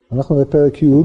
אנחנו בפרק י'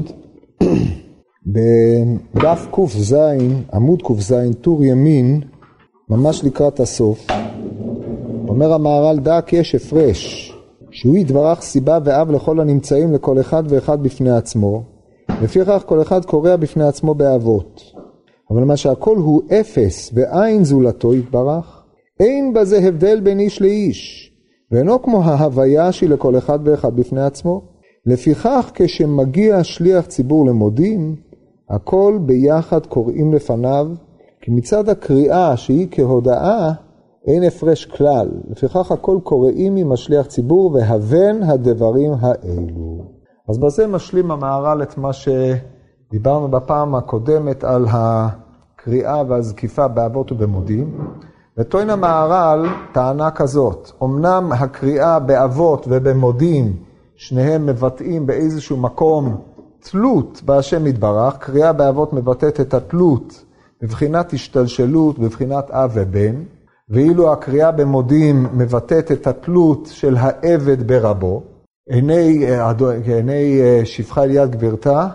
בדף ק"ז, עמוד ק"ז, טור ימין, ממש לקראת הסוף. אומר המהר"ל, דע כי יש הפרש, שהוא יתברך סיבה ואב לכל הנמצאים לכל אחד ואחד בפני עצמו, לפיכך כל אחד קורא בפני עצמו באבות. אבל מה שהכל הוא אפס ואין זולתו יתברך, אין בזה הבדל בין איש לאיש, ואינו כמו ההוויה שהיא לכל אחד ואחד בפני עצמו. לפיכך כשמגיע שליח ציבור למודים, הכל ביחד קוראים לפניו, כי מצד הקריאה שהיא כהודאה, אין הפרש כלל. לפיכך הכל קוראים עם השליח ציבור והבן הדברים האלו. אז בזה משלים המהר"ל את מה שדיברנו בפעם הקודמת על הקריאה והזקיפה באבות ובמודים. וטוען המהר"ל טענה כזאת, אמנם הקריאה באבות ובמודים שניהם מבטאים באיזשהו מקום תלות בהשם יתברך, קריאה באבות מבטאת את התלות בבחינת השתלשלות, בבחינת אב ובן, ואילו הקריאה במודים מבטאת את התלות של העבד ברבו, עיני שפחה אל יד גבירתה,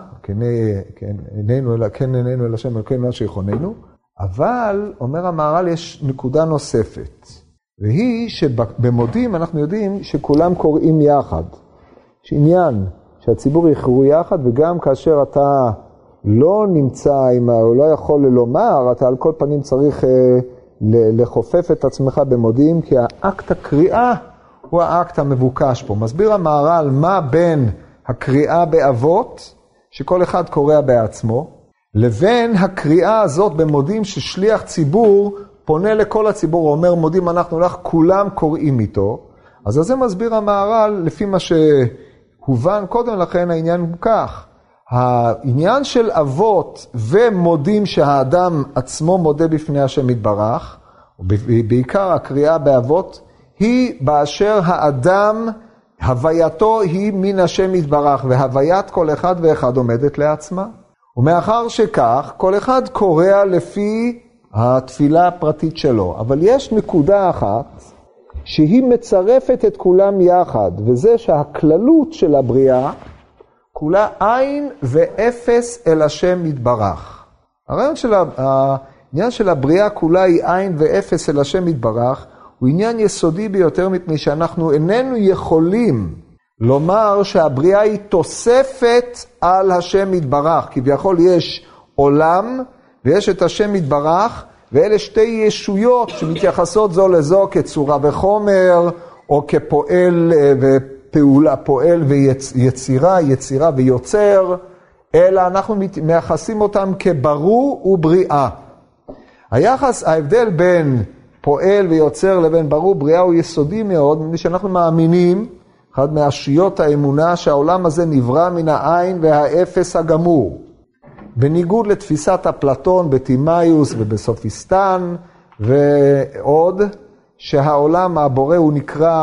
עינינו אל השם אלוקינו מה שיכוננו, אבל אומר המהר"ל יש נקודה נוספת, והיא שבמודים אנחנו יודעים שכולם קוראים יחד. יש עניין שהציבור יקראו יחד, וגם כאשר אתה לא נמצא, או לא יכול לומר, אתה על כל פנים צריך לחופף את עצמך במודים, כי האקט הקריאה הוא האקט המבוקש פה. מסביר המהר"ל מה בין הקריאה באבות, שכל אחד קורא בעצמו, לבין הקריאה הזאת במודים ששליח ציבור פונה לכל הציבור, הוא אומר מודים אנחנו לך, כולם קוראים איתו. אז זה מסביר המהר"ל לפי מה שהובן קודם לכן, העניין הוא כך. העניין של אבות ומודים שהאדם עצמו מודה בפני השם יתברך, בעיקר הקריאה באבות, היא באשר האדם, הווייתו היא מן השם יתברך, והוויית כל אחד ואחד עומדת לעצמה. ומאחר שכך, כל אחד קורא לפי התפילה הפרטית שלו. אבל יש נקודה אחת שהיא מצרפת את כולם יחד, וזה שהכללות של הבריאה, כולה עין ואפס אל השם יתברך. העניין של הבריאה כולה היא עין ואפס אל השם יתברך, הוא עניין יסודי ביותר מפני שאנחנו איננו יכולים לומר שהבריאה היא תוספת על השם יתברך. כביכול יש עולם ויש את השם יתברך, ואלה שתי ישויות שמתייחסות זו לזו כצורה וחומר, או כפועל ופעולה, פועל ויצירה, יצירה ויוצר, אלא אנחנו מייחסים אותם כברוא ובריאה. ההבדל בין פועל ויוצר לבין ברוא בריאה הוא יסודי מאוד, מפני שאנחנו מאמינים, אחד מהשיות האמונה, שהעולם הזה נברא מן העין והאפס הגמור. בניגוד לתפיסת אפלטון בתימאיוס ובסופיסטן ועוד, שהעולם הבורא הוא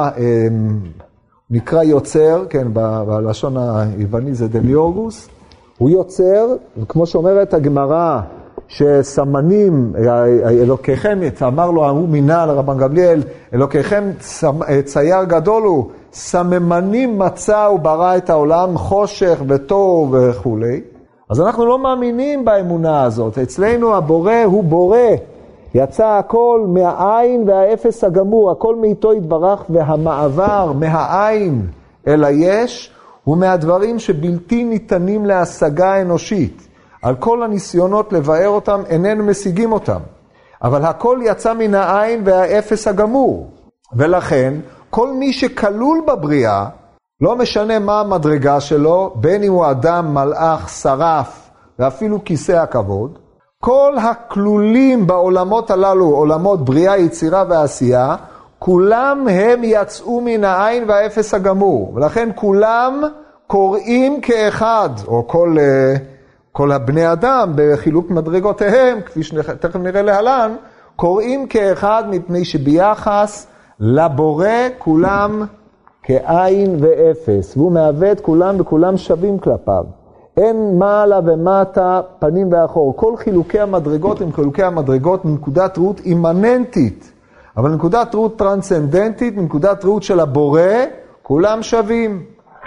נקרא יוצר, כן, בלשון היווני זה דמיורגוס, הוא יוצר, וכמו שאומרת הגמרא, שסמנים, אלוקיכם, אמר לו, הוא מינה לרבן גמליאל, אלוקיכם צייר גדול הוא, סממנים מצא וברא את העולם, חושך וטוב וכו'. אז אנחנו לא מאמינים באמונה הזאת. אצלנו הבורא הוא בורא. יצא הכל מהעין והאפס הגמור, הכל מאיתו יתברך, והמעבר מהעין אל היש הוא מהדברים שבלתי ניתנים להשגה אנושית. על כל הניסיונות לבאר אותם איננו משיגים אותם. אבל הכל יצא מן העין והאפס הגמור. ולכן כל מי שכלול בבריאה, לא משנה מה המדרגה שלו, בין אם הוא אדם, מלאך, שרף, ואפילו כיסא הכבוד, כל הכלולים בעולמות הללו, עולמות בריאה, יצירה ועשייה, כולם הם יצאו מן העין והאפס הגמור. ולכן כולם קוראים כאחד, או כל הבני אדם בחילוק מדרגותיהם, כפי שתכף נראה להלן, קוראים כאחד מפני שביחס לבורא כולם כעין ואפס, והוא מהווה את כולם וכולם שווים כלפיו. אין מעלה ומטה, פנים ואחור. כל חילוקי המדרגות הם חילוקי המדרגות מנקודת ראות אימננטית, אבל נקודת ראות טרנסצנדנטית, מנקודת ראות של הבורא, כולם שווים.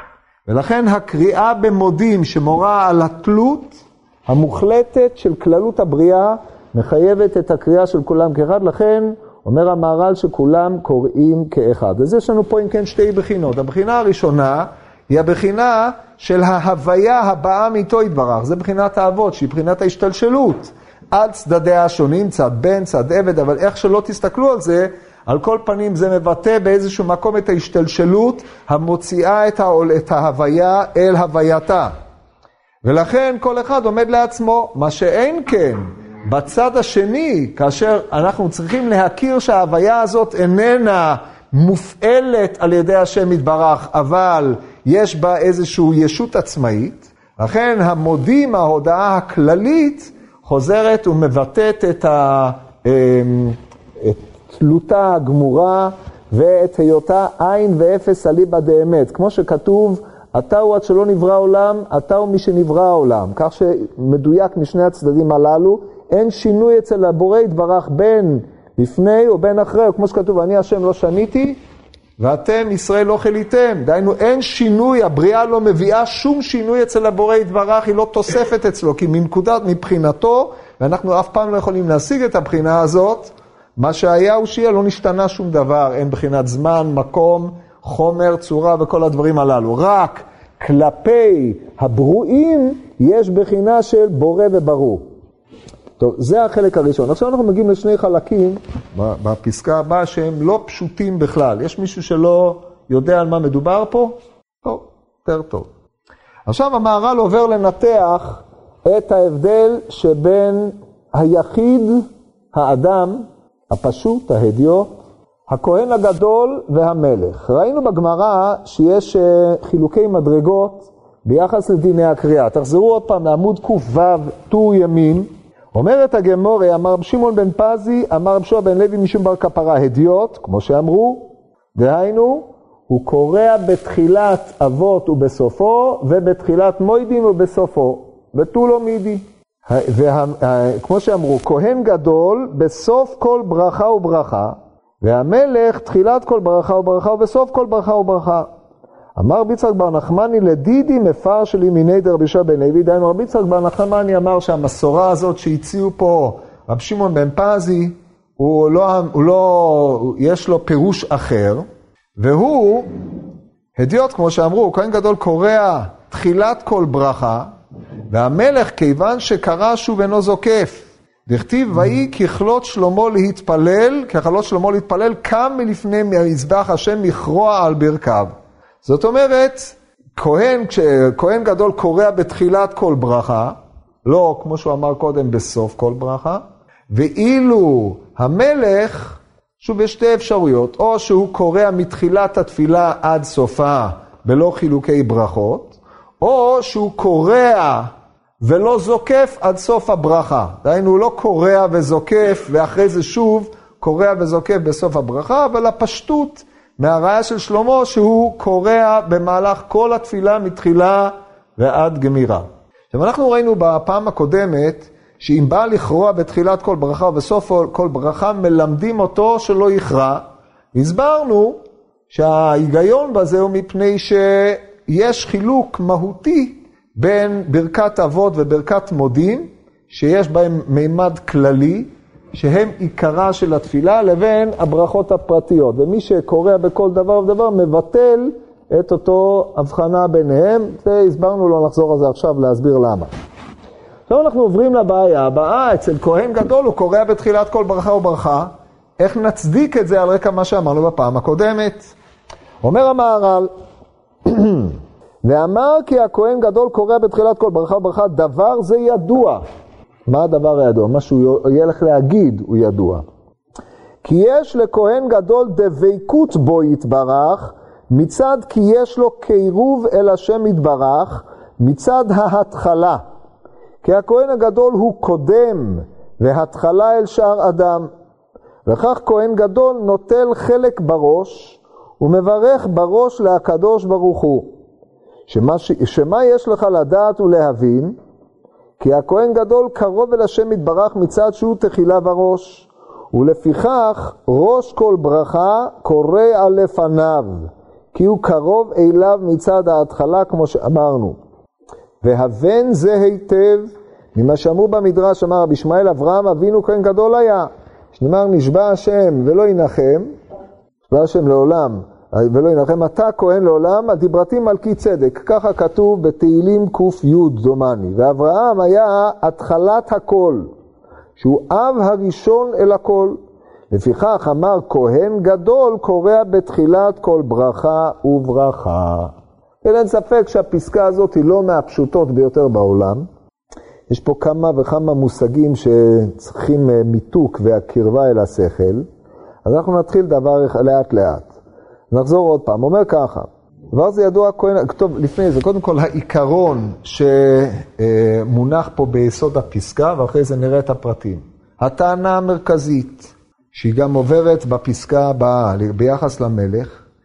ולכן הקריאה במודים שמורה על התלות המוחלטת של כללות הבריאה, מחייבת את הקריאה של כולם כאחד, לכן אומר המהר"ל שכולם קוראים כאחד. אז יש לנו פה אם כן שתי בחינות. הבחינה הראשונה היא הבחינה של ההוויה הבאה מאיתו יתברך. זה בחינת האבות, שהיא בחינת ההשתלשלות. על צדדיה השונים, צד בן, צד עבד, אבל איך שלא תסתכלו על זה, על כל פנים זה מבטא באיזשהו מקום את ההשתלשלות, המוציאה את ההוויה אל הווייתה. ולכן כל אחד עומד לעצמו, מה שאין כן, בצד השני, כאשר אנחנו צריכים להכיר שההוויה הזאת איננה מופעלת על ידי השם יתברך, אבל יש בה איזושהי ישות עצמאית, לכן המודים, ההודעה הכללית, חוזרת ומבטאת את תלותה הגמורה ואת היותה עין ואפס אליבא דאמת. כמו שכתוב, אתה הוא עד שלא נברא עולם, אתה הוא מי שנברא העולם. כך שמדויק משני הצדדים הללו, אין שינוי אצל הבורא יתברך בין לפני או בין אחרי, או כמו שכתוב, אני השם לא שניתי, ואתם ישראל לא חליתם. דהיינו, אין שינוי, הבריאה לא מביאה שום שינוי אצל הבורא יתברך, היא לא תוספת אצלו, כי מבחינתו, ואנחנו אף פעם לא יכולים להשיג את הבחינה הזאת, מה שהיה הוא שיהיה, לא נשתנה שום דבר, אין בחינת זמן, מקום, חומר, צורה וכל הדברים הללו. רק כלפי הברואים יש בחינה של בורא וברור. טוב, זה החלק הראשון. עכשיו אנחנו מגיעים לשני חלקים בפסקה הבאה שהם לא פשוטים בכלל. יש מישהו שלא יודע על מה מדובר פה? טוב, יותר טוב. עכשיו המהר"ל עובר לנתח את ההבדל שבין היחיד, האדם, הפשוט, ההדיוט, הכהן הגדול והמלך. ראינו בגמרא שיש חילוקי מדרגות ביחס לדיני הקריאה. תחזרו עוד פעם לעמוד ק"ו טור ימין. אומרת הגמורה, אמר רב שמעון בן פזי, אמר רב שועה בן לוי משום בר כפרה, הדיוט, כמו שאמרו, דהיינו, הוא קורא בתחילת אבות ובסופו, ובתחילת מוידים ובסופו, ותו לא מידי. כמו שאמרו, כהן גדול בסוף כל ברכה וברכה, והמלך תחילת כל ברכה וברכה ובסוף כל ברכה וברכה. אמר רבי יצחק בר נחמני לדידי מפר של ימיני דרבי יהושע בן לוי, דהיינו רבי יצחק בר נחמני אמר שהמסורה הזאת שהציעו פה רב שמעון בן פזי, יש לו פירוש אחר, והוא הדיוט, כמו שאמרו, כהן גדול קורא תחילת כל ברכה, והמלך כיוון שקרא שוב אינו זוקף. דכתיב ויהי ככלות שלמה להתפלל, ככלות שלמה להתפלל, קם מלפני מזבח השם מכרוע על ברכיו. זאת אומרת, כהן גדול קורא בתחילת כל ברכה, לא כמו שהוא אמר קודם בסוף כל ברכה, ואילו המלך, שוב יש שתי אפשרויות, או שהוא קורא מתחילת התפילה עד סופה בלא חילוקי ברכות, או שהוא קורא ולא זוקף עד סוף הברכה. דהיינו, הוא לא קורא וזוקף, ואחרי זה שוב קורא וזוקף בסוף הברכה, אבל הפשטות מהראיה של שלמה שהוא קורא במהלך כל התפילה מתחילה ועד גמירה. עכשיו אנחנו ראינו בפעם הקודמת, שאם בא לכרוע בתחילת כל ברכה ובסוף כל ברכה, מלמדים אותו שלא יכרע. הסברנו שההיגיון בזה הוא מפני שיש חילוק מהותי בין ברכת אבות וברכת מודים, שיש בהם מימד כללי, שהם עיקרה של התפילה, לבין הברכות הפרטיות. ומי שקורא בכל דבר ודבר מבטל את אותו הבחנה ביניהם, והסברנו לא נחזור על זה עכשיו להסביר למה. עכשיו אנחנו עוברים לבעיה הבאה, אצל כהן גדול הוא קורא בתחילת כל ברכה וברכה, איך נצדיק את זה על רקע מה שאמרנו בפעם הקודמת? אומר המהר"ל, ואמר כי הכהן גדול קורא בתחילת כל ברכה וברכה, דבר זה ידוע. מה הדבר הידוע? מה שהוא ילך להגיד הוא ידוע. כי יש לכהן גדול דבקות בו יתברך, מצד כי יש לו קירוב אל השם יתברך, מצד ההתחלה. כי הכהן הגדול הוא קודם, והתחלה אל שאר אדם. וכך כהן גדול נוטל חלק בראש, ומברך בראש להקדוש ברוך הוא. שמה יש לך לדעת ולהבין? כי הכהן גדול קרוב אל השם יתברך מצד שהוא תחילה בראש, ולפיכך ראש כל ברכה קורא על לפניו, כי הוא קרוב אליו מצד ההתחלה, כמו שאמרנו. והבן זה היטב, ממה שאמרו במדרש, אמר רבי ישמעאל, אברהם אבינו כהן גדול היה. שנאמר, נשבע השם ולא ינחם, נשבע השם לעולם ולא ינחם, אתה כהן לעולם, הדיברתי מלכי צדק. ככה כתוב בתהילים ק"י דומני. ואברהם היה התחלת הכל, שהוא אב הראשון אל הכל. לפיכך אמר, כהן גדול קורא בתחילת כל ברכה וברכה. אין ספק שהפסקה הזאת היא לא מהפשוטות ביותר בעולם. יש פה כמה וכמה מושגים שצריכים מיתוק והקרבה אל השכל. אז אנחנו נתחיל דבר לאט לאט. נחזור עוד פעם. אומר ככה, דבר זה ידוע, כתוב לפני זה, קודם כל העיקרון שמונח פה ביסוד הפסקה, ואחרי זה נראה את הפרטים. הטענה המרכזית, שהיא גם עוברת בפסקה הבאה ביחס למלך,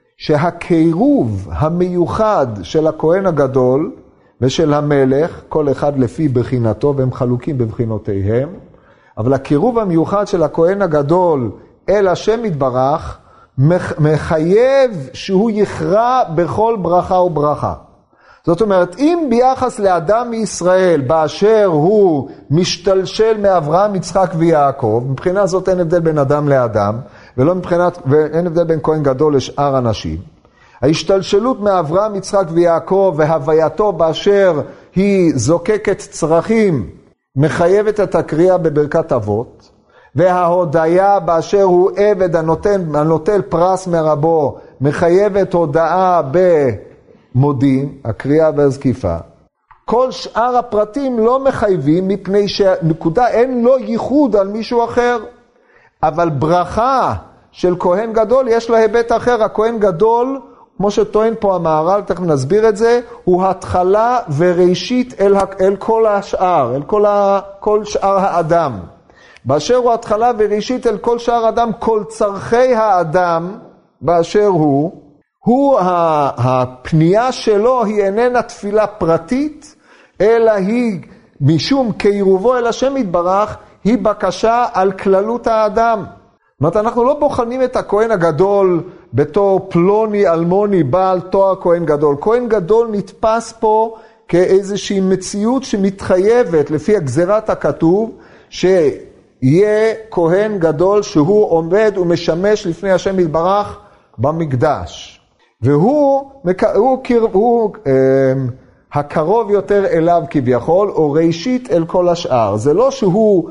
שהקירוב המיוחד של הכהן הגדול ושל המלך, כל אחד לפי בחינתו, והם חלוקים בבחינותיהם, אבל הקירוב המיוחד של הכהן הגדול אל השם יתברך, מחייב שהוא יכרע בכל ברכה וברכה. זאת אומרת, אם ביחס לאדם מישראל, באשר הוא משתלשל מאברהם, יצחק ויעקב, מבחינה זאת אין הבדל בין אדם לאדם, ואין הבדל בין כהן גדול לשאר אנשים. ההשתלשלות מאברהם, יצחק ויעקב, והווייתו באשר היא זוקקת צרכים, מחייבת את הקריאה בברכת אבות, וההודיה באשר הוא עבד הנוטל פרס מרבו, מחייבת הודאה במודים, הקריאה והזקיפה. כל שאר הפרטים לא מחייבים, מפני שנקודה אין לו ייחוד על מישהו אחר. אבל ברכה של כהן גדול יש לה היבט אחר. הכהן גדול, כמו שטוען פה המהר"ל, תכף נסביר את זה, הוא התחלה וראשית אל כל השאר, אל כל שאר האדם. באשר הוא התחלה וראשית אל כל שאר האדם, כל צרכי האדם באשר הוא הפנייה שלו היא איננה תפילה פרטית, אלא היא משום קירובו אל השם יתברך, היא בקשה על כללות האדם. זאת אומרת, אנחנו לא בוחנים את הכהן הגדול בתור פלוני אלמוני בעל תואר כהן גדול. כהן גדול נתפס פה כאיזושהי מציאות שמתחייבת לפי הגזירת הכתוב, שיהיה כהן גדול שהוא עומד ומשמש לפני השם יתברך במקדש. והוא הקרוב יותר אליו כביכול, או ראשית אל כל השאר. זה לא שהוא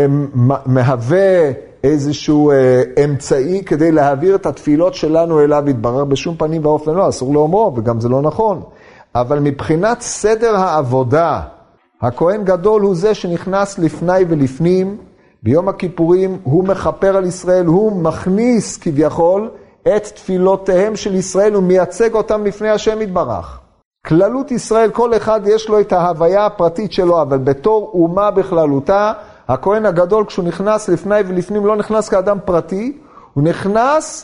מהווה איזשהו אמצעי כדי להעביר את התפילות שלנו אליו יתברר, בשום פנים ואופן לא, אסור לאומרו, וגם זה לא נכון. אבל מבחינת סדר העבודה, הכהן גדול הוא זה שנכנס לפני ולפנים, ביום הכיפורים הוא מחפר על ישראל, הוא מכניס כביכול את תפילותיהם של ישראל, הוא מייצג אותם לפני השם יתברך. כללות ישראל, כל אחד יש לו את ההוויה הפרטית שלו, אבל בתור אומה בכללותה, הכהן הגדול כשהוא נכנס לפני ולפנים לא נכנס כאדם פרטי, הוא נכנס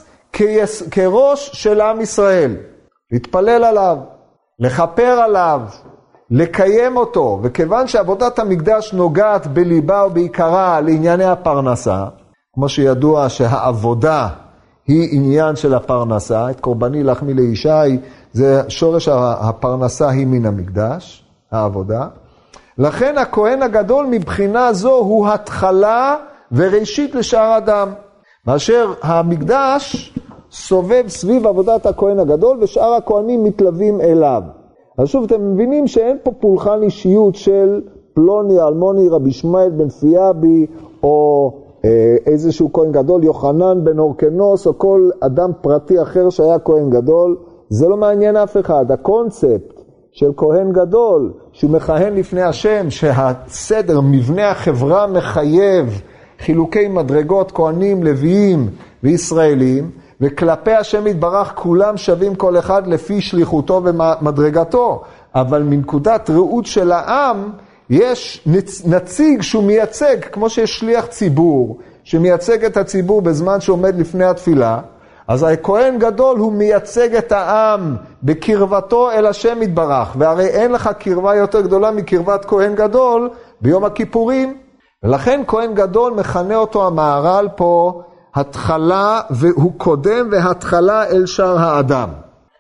כראש של עם ישראל. להתפלל עליו, לחפר עליו, לקיים אותו, וכיוון שעבודת המקדש נוגעת בליבה ובעיקרה לענייני הפרנסה, כמו שידוע שהעבודה היא עניין של הפרנסה, את קורבני לחמי לישי, זה שורש הפרנסה היא מן המקדש, העבודה. לכן הכהן הגדול מבחינה זו הוא התחלה וראשית לשאר אדם. מאשר המקדש סובב סביב עבודת הכהן הגדול ושאר הכהנים מתלווים אליו. אז שוב אתם מבינים שאין פה פולחן אישיות של פלוני, אלמוני, רבי ישמעאל בן פיאבי או איזשהו כהן גדול, יוחנן בן אורקנוס או כל אדם פרטי אחר שהיה כהן גדול. זה לא מעניין אף אחד. הקונספט של כהן גדול שהוא מכהן לפני השם, שהסדר, מבנה החברה מחייב חילוקי מדרגות כהנים, לוויים וישראלים, וכלפי השם יתברך כולם שווים כל אחד לפי שליחותו ומדרגתו, אבל מנקודת ראות של העם יש נציג שהוא מייצג, כמו שיש שליח ציבור שמייצג את הציבור בזמן שעומד לפני התפילה, אז הכהן גדול הוא מייצג את העם בקרבתו אל השם יתברך, והרי אין לך קרבה יותר גדולה מקרבת כהן גדול ביום הכיפורים, ולכן כהן גדול מכנה אותו המהר"ל פה התחלה, והוא קודם והתחלה אל שאר האדם.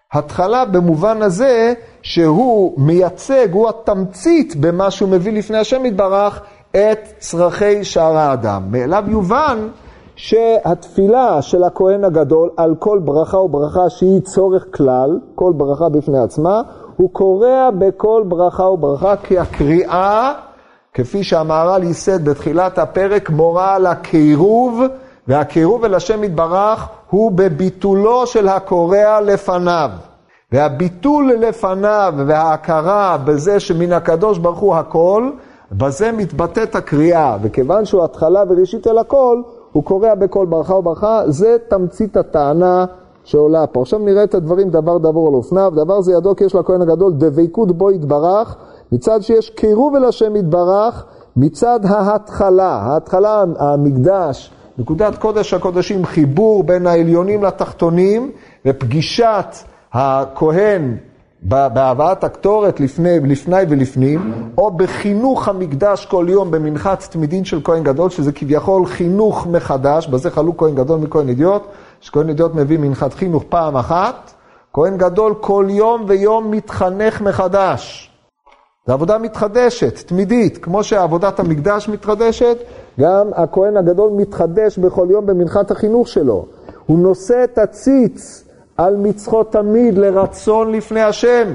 התחלה במובן הזה שהוא מייצג, הוא התמצית במה שהוא מביא לפני השם יתברך את צרכי שאר האדם. מאליו יובן שהתפילה של הכהן הגדול על כל ברכה וברכה שהיא צורך כלל, כל ברכה בפני עצמה, הוא קורא בכל ברכה וברכה כי הקריאה, כפי שהמהר"ל ייסד בתחילת הפרק, מורה על הקירוב, והקירוב אל השם יתברך הוא בביטולו של הקורא לפניו. והביטול לפניו וההכרה בזה שמן הקדוש ברוך הוא הכל, בזה מתבטאת הקריאה. וכיוון שהוא התחלה וראשית אל הכל, הוא קורא בכל ברכה וברכה, זה תמצית הטענה שעולה פה. עכשיו נראה את הדברים דבר דבר על אופניו. דבר זה ידוע כי יש לכהן הגדול דבקות בו יתברך, מצד שיש קירוב אל השם יתברך, מצד ההתחלה המקדש, נקודת קודש הקודשים, חיבור בין העליונים לתחתונים, ופגישת הכהן בהבאת הקטורת לפני ולפנים, או בחינוך המקדש כל יום במנחת תמידין של כהן גדול, שזה כביכול חינוך מחדש, בזה חלוק כהן גדול מכהן אידיוט, שכהן אידיוט מביא מנחת חינוך פעם אחת, כהן גדול כל יום ויום מתחנך מחדש. זו עבודה מתחדשת, תמידית, כמו שעבודת המקדש מתחדשת, גם הכהן הגדול מתחדש בכל יום במנחת החינוך שלו. הוא נושא את הציץ על מצחות תמיד לרצון לפני השם.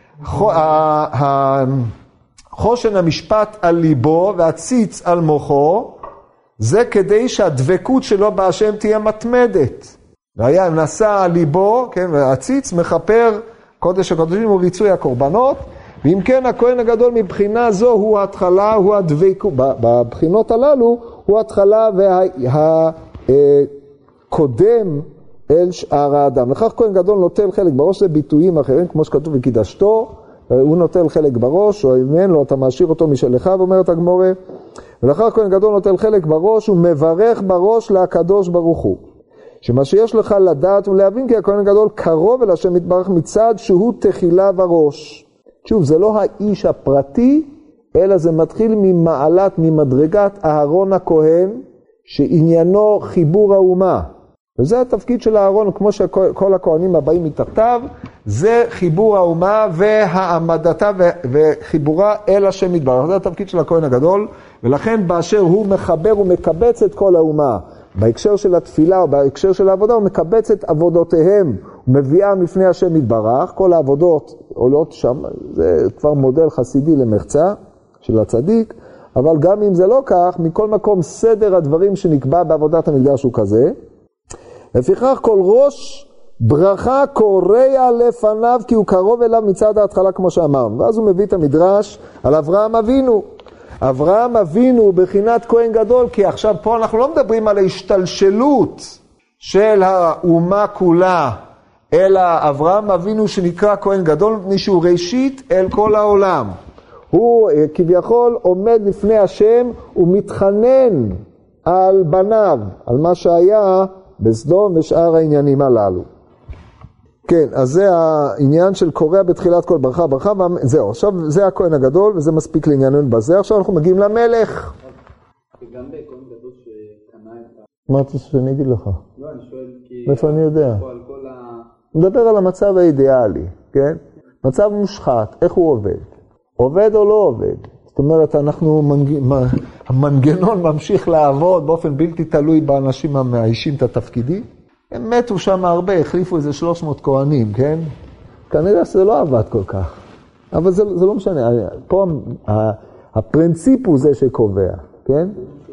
חושן המשפט על ליבו והציץ על מוחו, זה כדי שהדבקות שלו בהשם תהיה מתמדת. והיה נשא על ליבו, כן, והציץ מחפר קודש הקודשים וריצוי הקורבנות, ואם כן הכהן הגדול מבחינה זו הוא ההתחלה, הוא הדבקות, בבחינות הללו הוא ההתחלה והקודם אל שאר האדם. לכך כהן גדול נוטל חלק בראש, זה ביטויים אחרים, כמו שכתוב וקידשתו, הוא נוטל חלק בראש, או אם אין לו, אתה מעשיר אותו משלך, ואומרת הגמורה, ולכך כהן גדול נוטל חלק בראש, הוא מברך בראש לקדוש ברוך הוא. שמה שיש לך לדעת ולהבין כי הכהן הגדול קרוב אל השם יתברך מצד שהוא תחילה בראש. שוב, זה לא האיש הפרטי, אלא זה מתחיל ממדרגת אהרון הכהן, שעניינו חיבור האומה. וזה התפקיד של אהרון, כמו שכל הכהנים הבאים מתחתיו, זה חיבור האומה והעמדתה וחיבורה אל השם יתברך. זה התפקיד של הכהן הגדול, ולכן באשר הוא מחבר ומקבץ את כל האומה, בהקשר של התפילה או בהקשר של העבודה, הוא מקבץ את עבודותיהם, הוא מביאם לפני השם יתברך, כל העבודות עולות שם, זה כבר מודל חסידי למחצה של הצדיק, אבל גם אם זה לא כך, מכל מקום סדר הדברים שנקבע בעבודת המקדש הוא כזה, לפיכך כל ראש ברכה קורא לפניו כי הוא קרוב אליו מצד ההתחלה כמו שאמרנו. ואז הוא מביא את המדרש על אברהם אבינו. אברהם אבינו בחינת כהן גדול, כי עכשיו פה אנחנו לא מדברים על ההשתלשלות של האומה כולה, אלא אברהם אבינו שנקרא כהן גדול, מישהו ראשית אל כל העולם. הוא כביכול עומד לפני השם ומתחנן על בניו, על מה שהיה בסדום ושאר העניינים הללו. כן, אז זה העניין של קורא בתחילת כל ברכה, ברכה, זהו, עכשיו זה הכהן הגדול וזה מספיק לענייננו בזה, עכשיו אנחנו מגיעים למלך. וגם בכהן גדול שקנה את ה... מה אתה שאני אגיד לך? לא, אני שואל כי... מאיפה אני יודע? מדבר על המצב האידיאלי, כן? מצב מושחת, איך הוא עובד? עובד או לא עובד? זאת אומרת, המנגנון ממשיך לעבוד באופן בלתי תלוי באנשים המאיישים את התפקידים. הם מתו שם הרבה, החליפו איזה 300 כהנים, כן? כנראה שזה לא עבד כל כך. אבל זה לא משנה. פה הפרינציפ הוא זה שקובע, כן?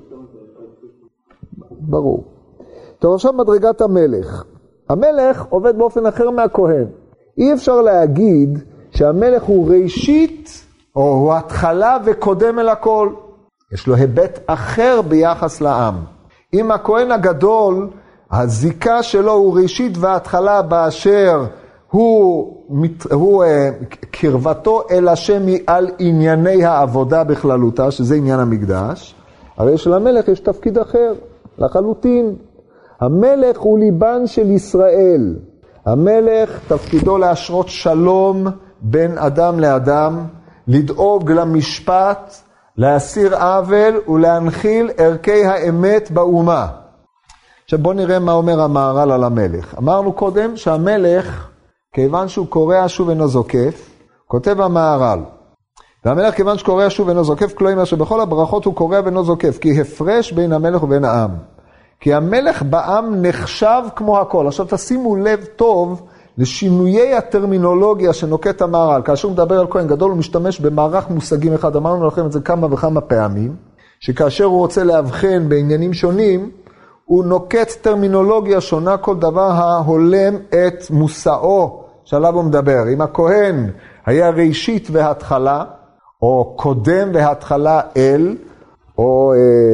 ברור. טוב, עכשיו מדרגת המלך. המלך עובד באופן אחר מהכהן. אי אפשר להגיד שהמלך הוא ראשית, או הוא התחלה וקודם אל הכל. יש לו היבט אחר ביחס לעם. אם הכהן הגדול, הזיקה שלו הוא ראשית וההתחלה באשר הוא קרבתו אל השם היא על ענייני העבודה בכללותה, שזה עניין המקדש. הרי של המלך יש תפקיד אחר, לחלוטין. המלך הוא ליבן של ישראל. המלך תפקידו להשרות שלום בין אדם לאדם, לדאוג למשפט, להסיר עוול ולהנחיל ערכי האמת באומה. עכשיו בוא נראה מה אומר המהר"ל על המלך. אמרנו קודם שהמלך כיוון שהוא קורא שוב אינו זוקף, כותב המהר"ל. והמלך כיוון שקורא שוב אינו זוקף, כלומר שבכל הברכות הוא קורא ואינו זוקף, כי הפרש בין המלך ובין העם. כי המלך בעם נחשב כמו הכל. עכשיו תשימו לב טוב לשינויי הטרמינולוגיה שנוקט המהר"ל. כאשר הוא מדבר על כהן גדול, הוא משתמש במערך מושגים אחד. אמרנו לכם את זה כמה וכמה פעמים, שכאשר הוא רוצה להבחן בעניינים שונים, הוא נוקט טרמינולוגיה שונה כל דבר ההולם את מושאו שעליו הוא מדבר. אם הכהן היה ראשית והתחלה, או קודם והתחלה אל, או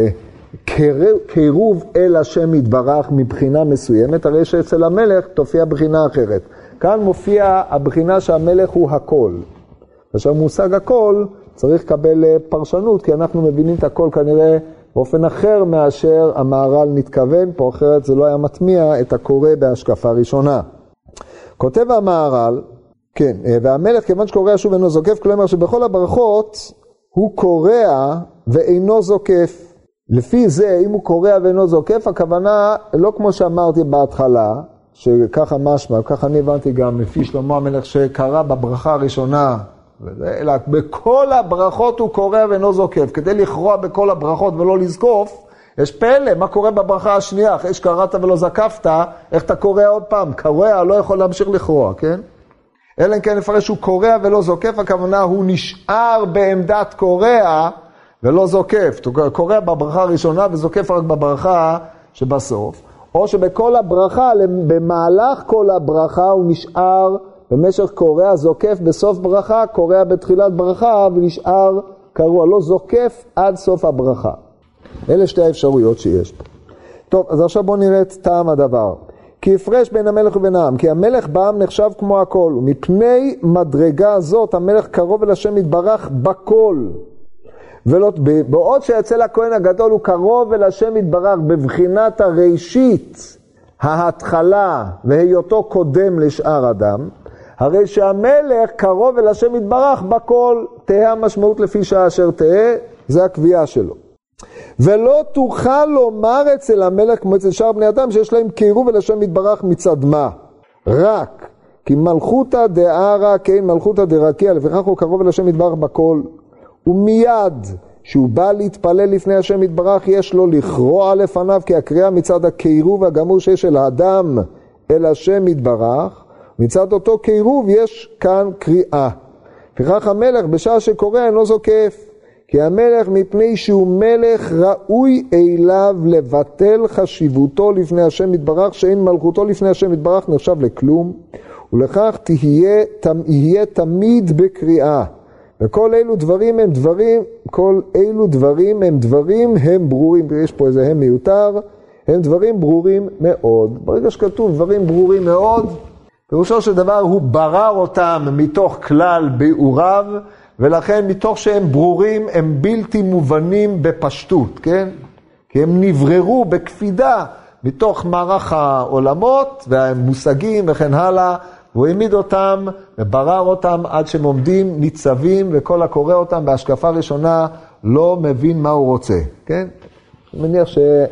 קירוב אל השם יתברך מבחינה מסוימת, הרי שאצל המלך תופיע בחינה אחרת. כאן מופיע הבחינה שהמלך הוא הכל. כאשר מושג הכל צריך לקבל פרשנות, כי אנחנו מבינים את הכל כנראה באופן אחר מאשר המהר"ל נתכוון, פה אחרת זה לא היה מטמיע את הקורא בהשקפה ראשונה. כותב המהר"ל, כן, והמלך כיוון שקורא שוב אינו זוקף, כלומר שבכל הברכות הוא קורא ואינו זוקף. לפי זה, אם הוא קורא ואינו זוקף, הכוונה לא כמו שאמרתי בהתחלה, שככה משמע, ככה אני הבנתי גם לפי שלמה המלך שקרא בברכה הראשונה, אלא בכל הברכות הוא קורא ואינו זוקף. כדי לכרוע בכל הברכות ולא לזקוף, יש פלא, מה קורה בברכה השנייה? אחרי שקראת ולא זקפת, איך אתה קורא עוד פעם? קורא לא יכול להמשיך לכרוע, כן? אלא אם כן לפרש שהוא קורא ולא זוקף, הכוונה הוא נשאר בעמדת קורא ולא זוקף. הוא קורא בברכה הראשונה וזוקף רק בברכה שבסוף. או שבכל הברכה, במהלך כל הברכה הוא נשאר במשך קורא, זוקף בסוף ברכה, קורא בתחילת ברכה ונשאר קרוע, לא זוקף עד סוף הברכה. אלה שתי האפשרויות שיש פה. טוב, אז עכשיו בואו נראה את טעם הדבר. כי הפרש בין המלך ובין העם, כי המלך בעם נחשב כמו הכל, ומפני מדרגה זאת המלך קרוב אל השם יתברך בכל. בעוד שאצל הכהן הגדול הוא קרוב אל השם יתברך בבחינת הראשית, ההתחלה והיותו קודם לשאר אדם, הרי שהמלך קרוב אל השם יתברך בכל. תהא המשמעות לפי שעה אשר תהא, זה הקביעה שלו. ולא תוכל לומר אצל המלך כמו אצל שאר בני אדם שיש להם קירוב אל השם יתברך מצד מה, רק כי מלכותא דערא כן מלכותא דרקיע, לפיכך הוא קרוב אל השם יתברך בכל. ומיד שהוא בא להתפלל לפני השם יתברך יש לו לכרוע לפניו, כי הקריאה מצד הקירוב הגמור שיש אל האדם אל השם יתברך, מצד אותו קירוב יש כאן קריאה. לפיכך המלך בשעה שקורא אינו זוקף, כי המלך מפני שהוא מלך ראוי אליו לבטל חשיבותו לפני השם יתברך, שאין מלכותו לפני השם יתברך נחשב לכלום, ולכך יהיה תמיד בקריאה. וכל אילו דברים הם דברים, כל אילו דברים הם דברים הם ברורים, יש פה איזה הם מיותר, הם דברים ברורים מאוד. ברגע שכתוב דברים ברורים מאוד, פירושו של דבר הוא ברר אותם מתוך כלל ביאוריו, ולכן מתוך שהם ברורים הם בלתי מובנים בפשטות, כן? כי הם נבררו בקפידה מתוך מערך העולמות והמושגים וכן הלאה, והוא העמיד אותם וברר אותם עד שהם עומדים ניצבים, וכל הקורא אותם בהשקפה ראשונה לא מבין מה הוא רוצה, כן? אני מניח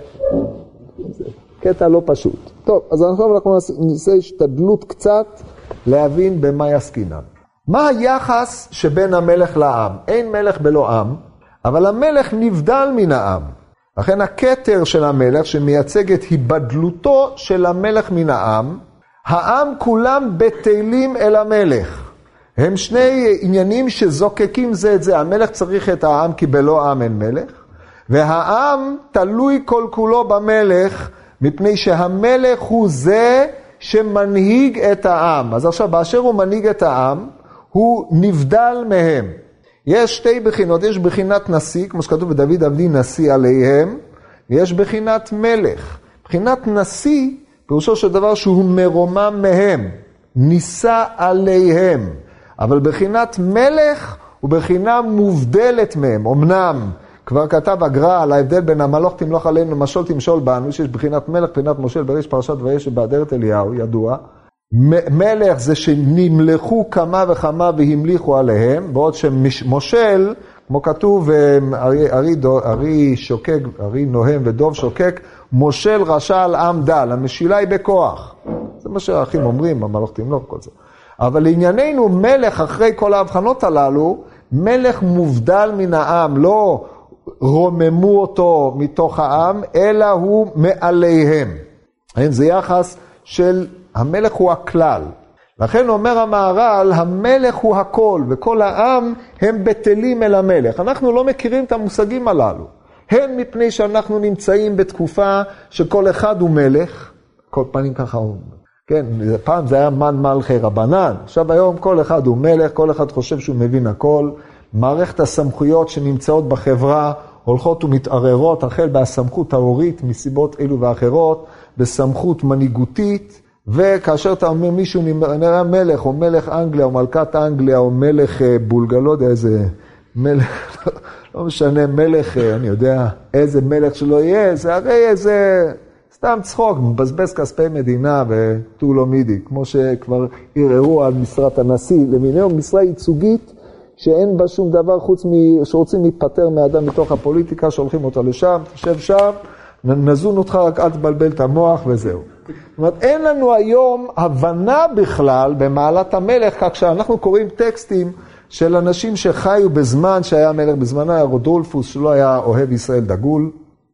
קטע לא פשוט. טוב, אז אנחנו נעשה השתדלות קצת להבין במה יסקינן. מה היחס שבין המלך לעם? אין מלך בלא עם, אבל המלך נבדל מן העם. לכן הכתר של המלך שמייצג את היבדלותו של המלך מן העם, העם כולם בטלים אל המלך. הם שני עניינים שזוקקים זה את זה. המלך צריך את העם כי בלא עם אין מלך, והעם תלוי כל כולו במלך, מפני שהמלך הוא זה שמנהיג את העם. אז עכשיו באשר הוא מנהיג את העם, הוא נבדל מהם. יש שתי בחינות, יש בחינת נשיא, כמו שכתוב בדוד עבדי נשיא עליהם, ויש בחינת מלך. בחינת נשיא, פירושו של דבר שהוא מרומם מהם, נישא עליהם. אבל בחינת מלך הוא בחינה מובדלת מהם. אמנם כבר כתב הגר"א על ההבדל בין המלוך תמלוך עלינו למשול תמשול בנו, שיש בחינת מלך, בחינת מושל בראש פרשת וישב באדרת אליהו, ידוע. מלך זה שנמלכו כמה וכמה והמליכו עליהם, בעוד שמושל, כמו כתוב, ארי נוהם ודוב שוקק, מושל רשע על עם דל, המשילה היא בכוח. זה מה שהאחים אומרים, המלוך תמלוך, כל זה. אבל לענייננו מלך אחרי כל ההבחנות הללו, מלך מובדל מן העם, לא רוממו אותו מתוך העם, אלא הוא מעליהם. זה יחס של המלך הוא הכלל. לכן אומר המהר"ל, המלך הוא הכל, וכל העם הם בטלים אל המלך. אנחנו לא מכירים את המושגים הללו. הן מפני שאנחנו נמצאים בתקופה שכל אחד הוא מלך, כל פנים ככה הוא, כן, פעם זה היה מן מלכי רבנן, עכשיו היום כל אחד הוא מלך, כל אחד חושב שהוא מבין הכל, מערכת הסמכויות שנמצאות בחברה הולכות ומתערערות, החל בסמכות ההורית מסיבות אלו ואחרות, בסמכות מנהיגותית, וכאשר אתה אומר מישהו נראה מלך, או מלך אנגליה, או מלכת אנגליה, או מלך בולגריה, לא יודע איזה מלך, לא משנה מלך, אני יודע איזה מלך שלא יהיה, זה הרי איזה סתם צחוק, מבזבז כספי מדינה ותו לא מידי, כמו שכבר ערערו על משרת הנשיא, למיניהו משרה ייצוגית, שאין בה שום דבר חוץ שרוצים להיפטר מאדם מתוך הפוליטיקה, שולחים אותו לשם, תשב שם, נזון אותך, רק אל תבלבל את המוח וזהו. זאת אומרת, אין לנו היום הבנה בכלל במעלת המלך, כך שאנחנו קוראים טקסטים של אנשים שחיו בזמן שהיה מלך, בזמן היה רודולפוס, שלא היה אוהב ישראל דגול,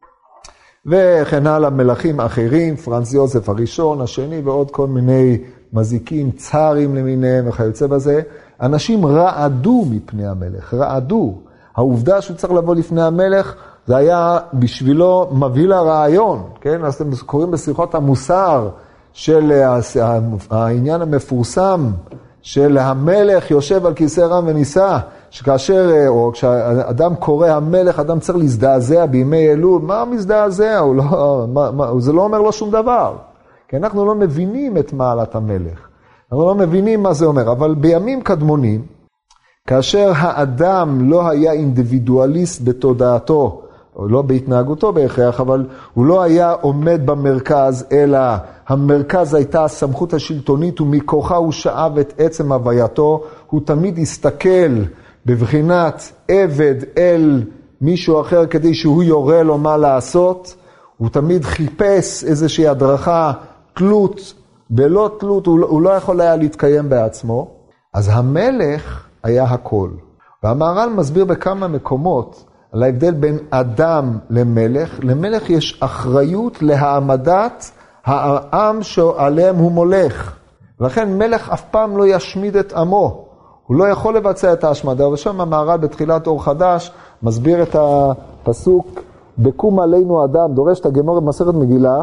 וכן הלאה מלכים אחרים, פרנץ יוזף הראשון, השני, ועוד כל מיני מזיקים, צארים למיניהם וכיוצא בזה. אנשים רעדו מפני המלך, רעדו. העובדה שהוא צריך לבוא לפני המלך, זה היה בשבילו מביא לרעיון, כן? אז אתם קוראים בשיחות המוסר של העניין המפורסם, של המלך יושב על כיסא רם ונישא, שכאשר, או כשאדם קורא המלך, אדם צריך להזדעזע בימי אלול, מה מזדעזע? זה לא אומר לו שום דבר, כי אנחנו לא מבינים את מעלת המלך, אנחנו לא מבינים מה זה אומר, אבל בימים קדמונים, כאשר האדם לא היה אינדיבידואליסט בתודעתו, או לא בהתנהגותו בהכרח, אבל הוא לא היה עומד במרכז, אלא המרכז הייתה הסמכות השלטונית, ומכוחה הוא שאב את עצם הווייתו, הוא תמיד הסתכל בבחינת עבד אל מישהו אחר, כדי שהוא יורה לו מה לעשות, הוא תמיד חיפש איזושהי הדרכה, תלות, בלא תלות, הוא לא יכול היה להתקיים בעצמו, אז המלך היה הכל. והמהר"ל מסביר בכמה מקומות, על ההבדל בין אדם למלך. למלך יש אחריות להעמדת העם שעליהם הוא מולך. לכן מלך אף פעם לא ישמיד את עמו. הוא לא יכול לבצע את ההשמדה. ושם המהר"ל בתחילת אור חדש מסביר את הפסוק, בקום עלינו אדם, דורש את הגמרא במסכת מגילה,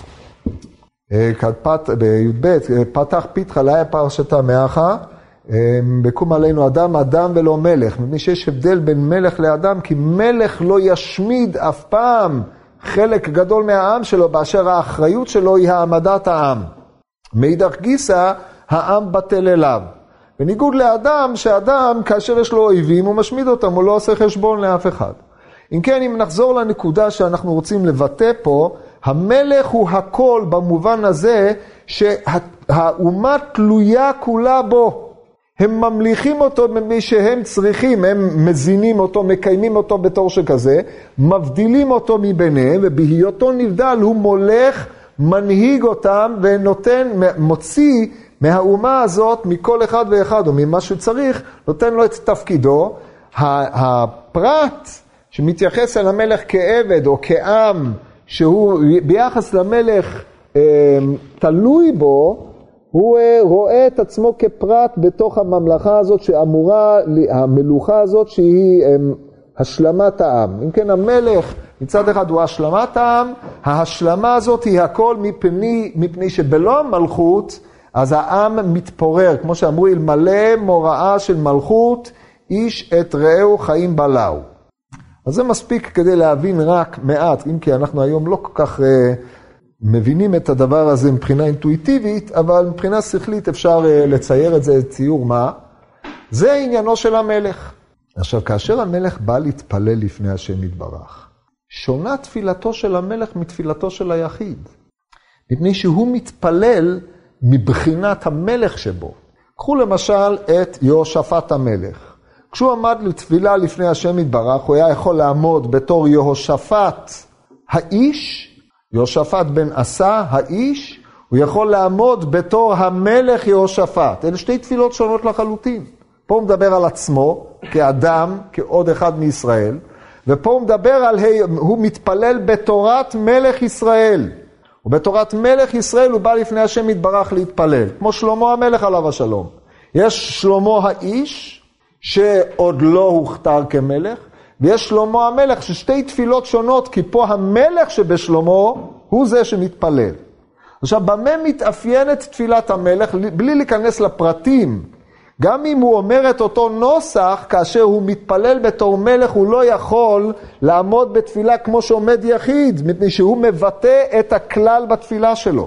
בי"ב, פתח פיתחה ליה פרשתה מאחה, בקום עלינו אדם, אדם ולא מלך, מפני שיש הבדל בין מלך לאדם, כי מלך לא ישמיד אף פעם חלק גדול מהעם שלו, באשר האחריות שלו היא העמדת העם. מאידך גיסא, העם בטל אליו. בניגוד לאדם, שאדם כאשר יש לו אויבים, הוא משמיד אותם, הוא לא עושה חשבון לאף אחד. אם כן, אם נחזור לנקודה שאנחנו רוצים לבטא פה, המלך הוא הכל במובן הזה שהאומה תלויה כולה בו. הם ממליכים אותו ממי שהם צריכים, הם מזינים אותו, מקיימים אותו בתור שכזה, מבדילים אותו מביניהם, ובהיותו נבדל הוא מולך, מנהיג אותם ונותן, מוציא מהאומה הזאת, מכל אחד ואחד, או ממה שצריך, נותן לו את תפקידו. הפרט שמתייחס אל המלך כעבד או כעם, שהוא ביחס למלך תלוי בו, הוא רואה את עצמו כפרט בתוך הממלכה הזאת שאמורה, המלוכה הזאת שהיא השלמת העם. אם כן, המלך מצד אחד הוא השלמת העם, ההשלמה הזאת היא הכל מפני שבלא המלכות, אז העם מתפורר. כמו שאמרו, אלמלא מוראה של מלכות, איש את רעהו חיים בלעו. אז זה מספיק כדי להבין רק מעט, אם כי אנחנו היום לא כל כך מבינים את הדבר הזה מבחינה אינטואיטיבית, אבל מבחינה שכלית אפשר לצייר את זה ציור מה. זה עניינו של המלך. עכשיו, כאשר המלך בא להתפלל לפני השם יתברך, שונה תפילתו של המלך מתפילתו של היחיד. מפני שהוא מתפלל מבחינת המלך שבו. קחו למשל את יהושפט המלך. כשהוא עמד לתפילה לפני השם יתברך, הוא היה יכול לעמוד בתור יהושפט האיש, יהושפט בן עשה האיש, הוא יכול לעמוד בתור המלך יהושפט. אלה שתי תפילות שונות לחלוטין. פה הוא מדבר על עצמו, כאדם, כעוד אחד מישראל, ופה הוא מדבר על, הוא מתפלל בתורת מלך ישראל. ובתורת מלך ישראל הוא בא לפני השם יתברך להתפלל, כמו שלמה המלך עליו השלום. יש שלמה האיש, שעוד לא הוכתר כמלך, ויש שלמה המלך ששתי תפילות שונות, כי פה המלך שבשלמה הוא זה שמתפלל. עכשיו, במה מתאפיינת תפילת המלך? בלי להיכנס לפרטים, גם אם הוא אומר את אותו נוסח, כאשר הוא מתפלל בתור מלך, הוא לא יכול לעמוד בתפילה כמו שעומד יחיד, מפני שהוא מבטא את הכלל בתפילה שלו.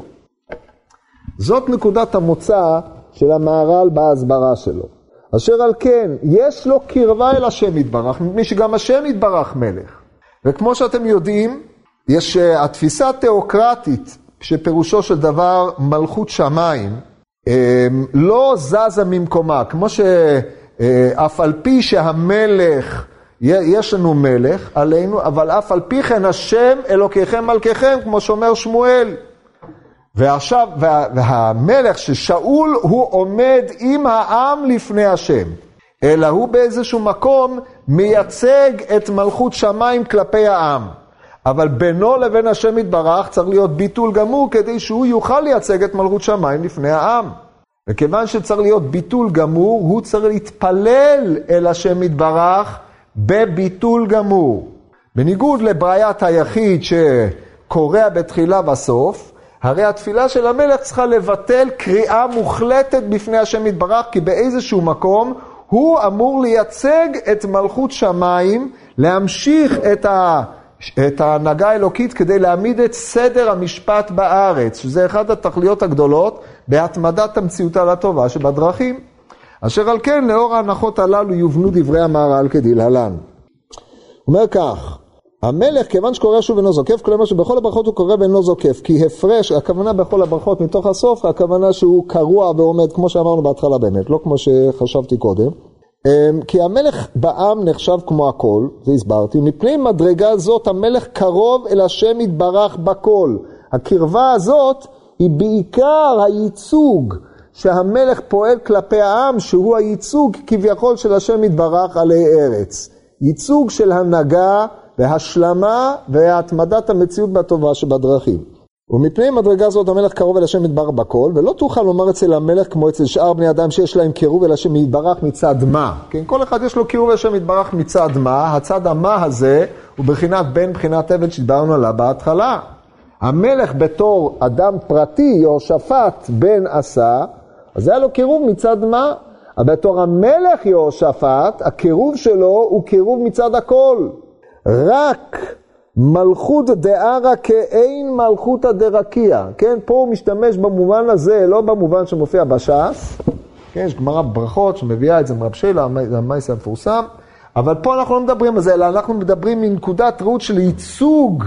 זאת נקודת המוצא של המהר"ל בהסברה שלו. אשר על כן, יש לו קרבה אל השם יתברך, מפני שגם השם יתברך מלך. וכמו שאתם יודעים, יש התפיסה התיאוקרטית, שפירושו של דבר מלכות שמיים, לא זזה ממקומה, כמו שאף על פי שהמלך, יש לנו מלך עלינו, אבל אף על פי כן השם אלוקיכם מלככם, כמו שאומר שמואל. ועכשיו, והמלך ששאול הוא עומד עם העם לפני השם, אלא הוא באיזשהו מקום מייצג את מלכות שמיים כלפי העם. אבל בינו לבין השם יתברך צריך להיות ביטול גמור כדי שהוא יוכל לייצג את מלכות שמיים לפני העם. וכיוון שצריך להיות ביטול גמור, הוא צריך להתפלל אל השם יתברך בביטול גמור. בניגוד לבעיית היחיד שקורא בתחילה בסוף, הרי התפילה של המלך צריכה לבטל קריאה מוחלטת בפני השם יתברך, כי באיזשהו מקום הוא אמור לייצג את מלכות שמיים, להמשיך את ההנהגה האלוקית כדי להעמיד את סדר המשפט בארץ, שזה אחד התכליות הגדולות בהתמדת המציאות על הטובה שבדרכים. אשר על כן, לאור ההנחות הללו יובנו דברי המהר"ל כדלהלן. הוא אומר כך, המלך כיוון שקורא שוב אינו זוקף, כלומר שבכל הברכות הוא קורא ואינו זוקף, כי הפרש, הכוונה בכל הברכות מתוך הסוף, הכוונה שהוא קרוע ועומד, כמו שאמרנו בהתחלה באמת, לא כמו שחשבתי קודם. כי המלך בעם נחשב כמו הכל, זה הסברתי, מפני מדרגה זאת המלך קרוב אל השם יתברך בכל. הקרבה הזאת היא בעיקר הייצוג שהמלך פועל כלפי העם, שהוא הייצוג כביכול של השם יתברך עלי ארץ. ייצוג של הנהגה והשלמה והתמדת המציאות בטובה שבדרכים. ומפני מדרגה זאת המלך קרוב אל השם יתברך בכל, ולא תוכל לומר אצל המלך כמו אצל שאר בני אדם שיש להם קירוב אל השם יתברך מצד מה. כן, כל אחד יש לו קירוב אל השם יתברך מצד מה, הצד המה הזה הוא בחינת בין בחינת עבד שדיברנו עליו בהתחלה. המלך בתור אדם פרטי, יהושפט בן עשה, אז היה לו קירוב מצד מה. אבל בתור המלך יהושפט, הקירוב שלו הוא קירוב מצד הכל. רק מלכות דערה כאין מלכות דרקיע. כן, פה הוא משתמש במובן הזה, לא במובן שמופיע בש"ס. כן, יש גמרא ברכות שמביאה את זה מרב שילה, המייס המפורסם. אבל פה אנחנו לא מדברים על זה, אלא אנחנו מדברים מנקודת ראות של ייצוג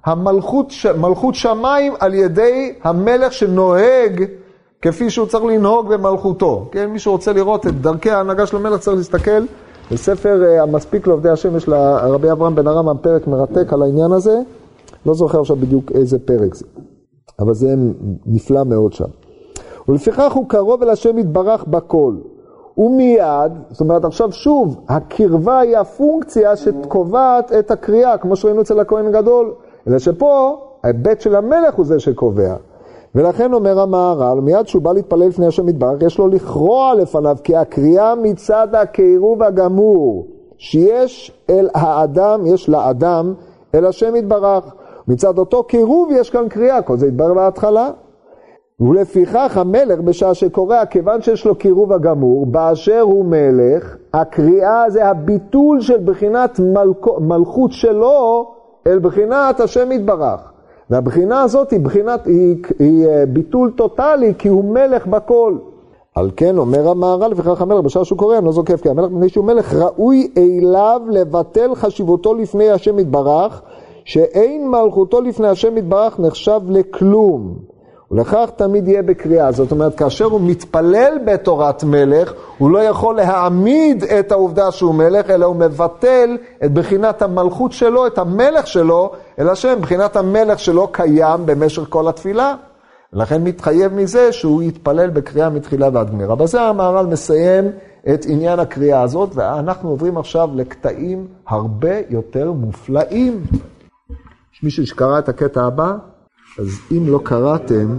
מלכות שמיים על ידי המלך שנוהג כפי שהוא צריך לנהוג במלכותו. כן, מי שרוצה לראות את דרכי ההנהגה של המלך צריך להסתכל בספר המספיק לעובדי השם, יש לרבי אברהם בן הרמב"ם פרק מרתק על העניין הזה, לא זוכר עכשיו בדיוק איזה פרק זה, אבל זה נפלא מאוד שם. ולפיכך הוא קרוב אל השם יתברך בכל, ומיד, זאת אומרת עכשיו שוב, הקרבה היא הפונקציה שקובעת את הקריאה, כמו שראינו אצל הכהן הגדול, אלא שפה ההיבט של המלך הוא זה שקובע. ולכן אומר המהר"ל, מיד שהוא בא להתפלל לפני השם יתברך, יש לו לכרוע לפניו, כי הקריאה מצד הקירוב הגמור, שיש אל האדם, יש לאדם, אל השם יתברך. מצד אותו קירוב יש כאן קריאה, כל זה יתברר בהתחלה. ולפיכך המלך בשעה שקורא, כיוון שיש לו קירוב הגמור, באשר הוא מלך, הקריאה זה הביטול של בחינת מלכות שלו, אל בחינת השם יתברך. והבחינה הזאת היא ביטול טוטלי, כי הוא מלך בכל. על כן אומר המהר"ל, וכך המלך בשעה שהוא קורא, לא זוקף, כי המלך מפני שהוא מלך ראוי אליו לבטל חשיבותו לפני השם יתברך, שאין מלכותו לפני השם יתברך נחשב לכלום. ולכך תמיד יהיה בקריאה. זאת אומרת, כאשר הוא מתפלל בתורת מלך, הוא לא יכול להעמיד את העובדה שהוא מלך, אלא הוא מבטל את בחינת המלכות שלו, את המלך שלו, אלא שבחינת המלך שלו קיים במשך כל התפילה. לכן מתחייב מזה שהוא יתפלל בקריאה מתחילה ועד גמרא. בזה המהר"ל מסיים את עניין הקריאה הזאת, ואנחנו עוברים עכשיו לקטעים הרבה יותר מופלאים. יש מישהו שקרא את הקטע הבא? אז אם לא קראתם,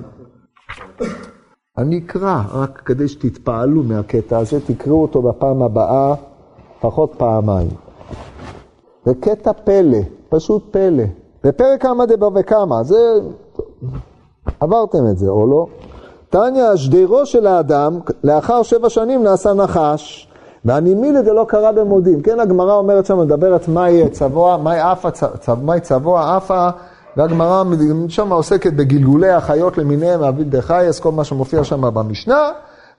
אני אקרא, רק כדי שתתפעלו מהקטע הזה, תקראו אותו בפעם הבאה, פחות פעמיים. זה קטע פלא, פשוט פלא. בפרק כמה דבר וכמה, זה... עברתם את זה, או לא? תניא, שדירו של האדם, לאחר 7 שנים נעשה נחש, והנימילה זה לא קרה במודים. כן, הגמרא אומרת שם, מדברת מהי צבוע, מהי צבוע, אפה, והגמרא שם עוסקת בגלגולי החיות למיניהם, אביד דחייס, כל מה שמופיע שם במשנה,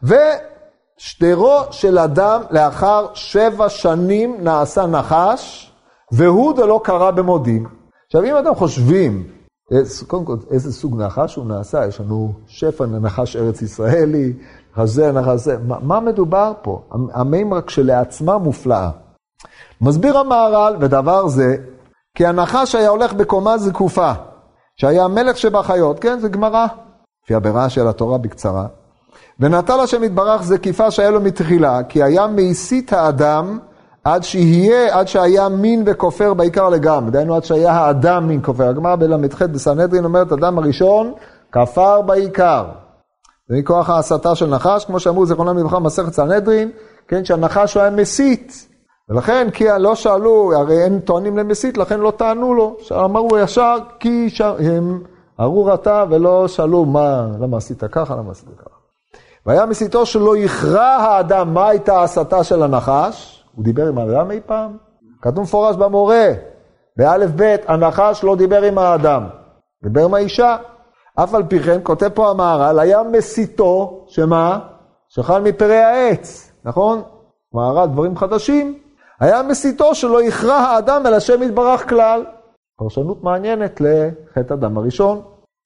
ושדירו של אדם לאחר 7 שנים נעשה נחש, והוא זה לא קרה במודים. עכשיו, אם אתם חושבים, קודם כל, איזה סוג נחש הוא נעשה? יש לנו שפע נחש ארץ ישראלי, נחש זה, נחש זה. מה מדובר פה? המימרה כשלעצמה מופלאה. מסביר המהר"ל, ודבר זה, כי הנחש היה הולך בקומה זקופה, שהיה המלך שבחיות, כן, זה גמרא, לפי הבירה של התורה בקצרה, ונטל השם יתברך זקיפה שהיה לו מתחילה, כי היה מעשית האדם, עד שהיה מין וכופר בעיקר לגמרי, דהיינו עד שהיה האדם מין כופר. הגמרא בל"ח בסנהדרין אומרת, אדם הראשון כפר בעיקר. זה מכוח ההסתה של נחש, כמו שאמרו זיכרונם לברכה במסכת סנהדרין, כן, שהנחש היה מסית. ולכן, כי לא שאלו, הרי הם טוענים למסית, לכן לא טענו לו. אמרו ישר, כי הם הראו רתה ולא שאלו למה עשית ככה, למה עשית ככה. והיה מסיתו שלא יכרע האדם, מה הייתה ההסתה של הנחש? הוא דיבר עם האדם אי פעם? כתוב מפורש במורה, באלף בית, הנחש לא דיבר עם האדם, דיבר עם האישה. אף על פי כן, כותב פה המהר"ל, היה מסיתו, שמה? שחל מפרי העץ, נכון? מהר"ל דברים חדשים. היה מסיתו שלא יכרע האדם אל השם יתברך כלל. פרשנות מעניינת לחטא אדם הראשון.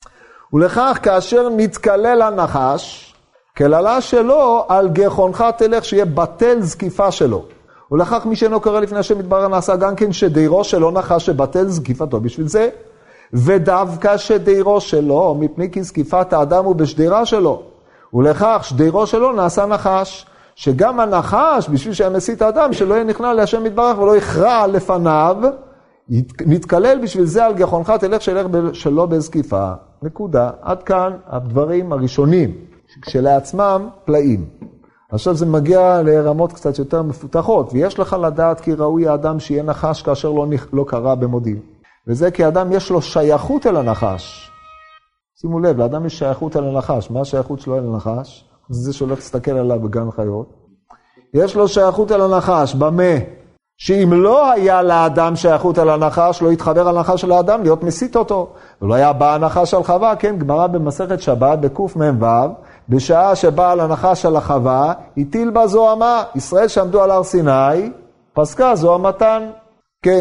ולכך כאשר נתקלל הנחש, כללה שלו על גחונך תלך, שיהיה בטל זקיפה שלו. ולכך מי שאינו קורא לפני השם יתברך נעשה גם כן שדירו שלו נחש שבטל זקיפתו בשביל זה. ודווקא שדירו שלו, מפני כי זקיפת האדם הוא בשדירה שלו. ולכך שדירו שלו נעשה נחש. שגם הנחש, בשביל שהמסית האדם, שלא יהיה נכנע להשם יתברך ולא יכרע לפניו, נתקלל בשביל זה על גחונך תלך שלא בזקיפה. נקודה. עד כאן הדברים הראשונים, כשלעצמם פלאים. עכשיו זה מגיע לרמות קצת יותר מפותחות, ויש לך לדעת כי ראוי האדם שיהיה נחש כאשר לא קרה במודים. וזה כי האדם יש לו שייכות אל הנחש. שימו לב, לאדם יש שייכות אל הנחש. מה השייכות שלו אל הנחש? זה שהולך להסתכל עליו בגן חיות. יש לו שייכות אל הנחש, במה? שאם לא היה לאדם שייכות אל הנחש, לא יתחבר על הנחש של האדם להיות מסית אותו. ולא היה בא הנחש על חווה, כן, גמרא במסכת שבת, בקוף מ"ו, בשעה שבא על הנחש על החווה, הטיל בה זוהמה. ישראל שעמדו על הר סיני, פסקה זוהמתן. כן,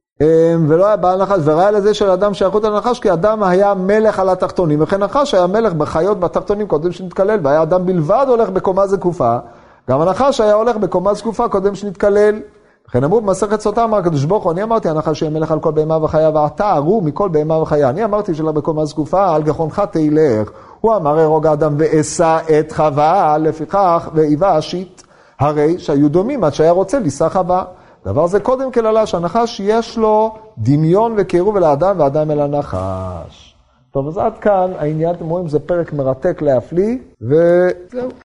ולא היה בעל נחש, וראה לזה של אדם שייכות על הנחש, כי אדם היה מלך על התחתונים, וכן נחש היה מלך בחיות בתחתונים קודם שנתקלל, והיה אדם בלבד הולך בקומה זקופה, גם הנחש היה הולך בקומה זקופה קודם שנתקלל. וכן אמרו במסכת סוטה, אמר הקדוש ברוך הוא, אני אמרתי הנחש שיהיה מלך על כל בהמה וחיה, ואתה ארו מכל בהמה וחיה. אני אמרתי שלה בקומה זקופה, על גחונך תלך. הוא אמר הרוג האדם ואשא את חווה, לפיכך ואיבה השיט, הרי שהיו דומים עד שהיה רוצה לישא חווה. דבר זה קודם כללה שהנחש יש לו דמיון וקירוב אל האדם והאדם אל הנחש. טוב, אז עד כאן העניין, אתם רואים, זה פרק מרתק להפליא, וזהו.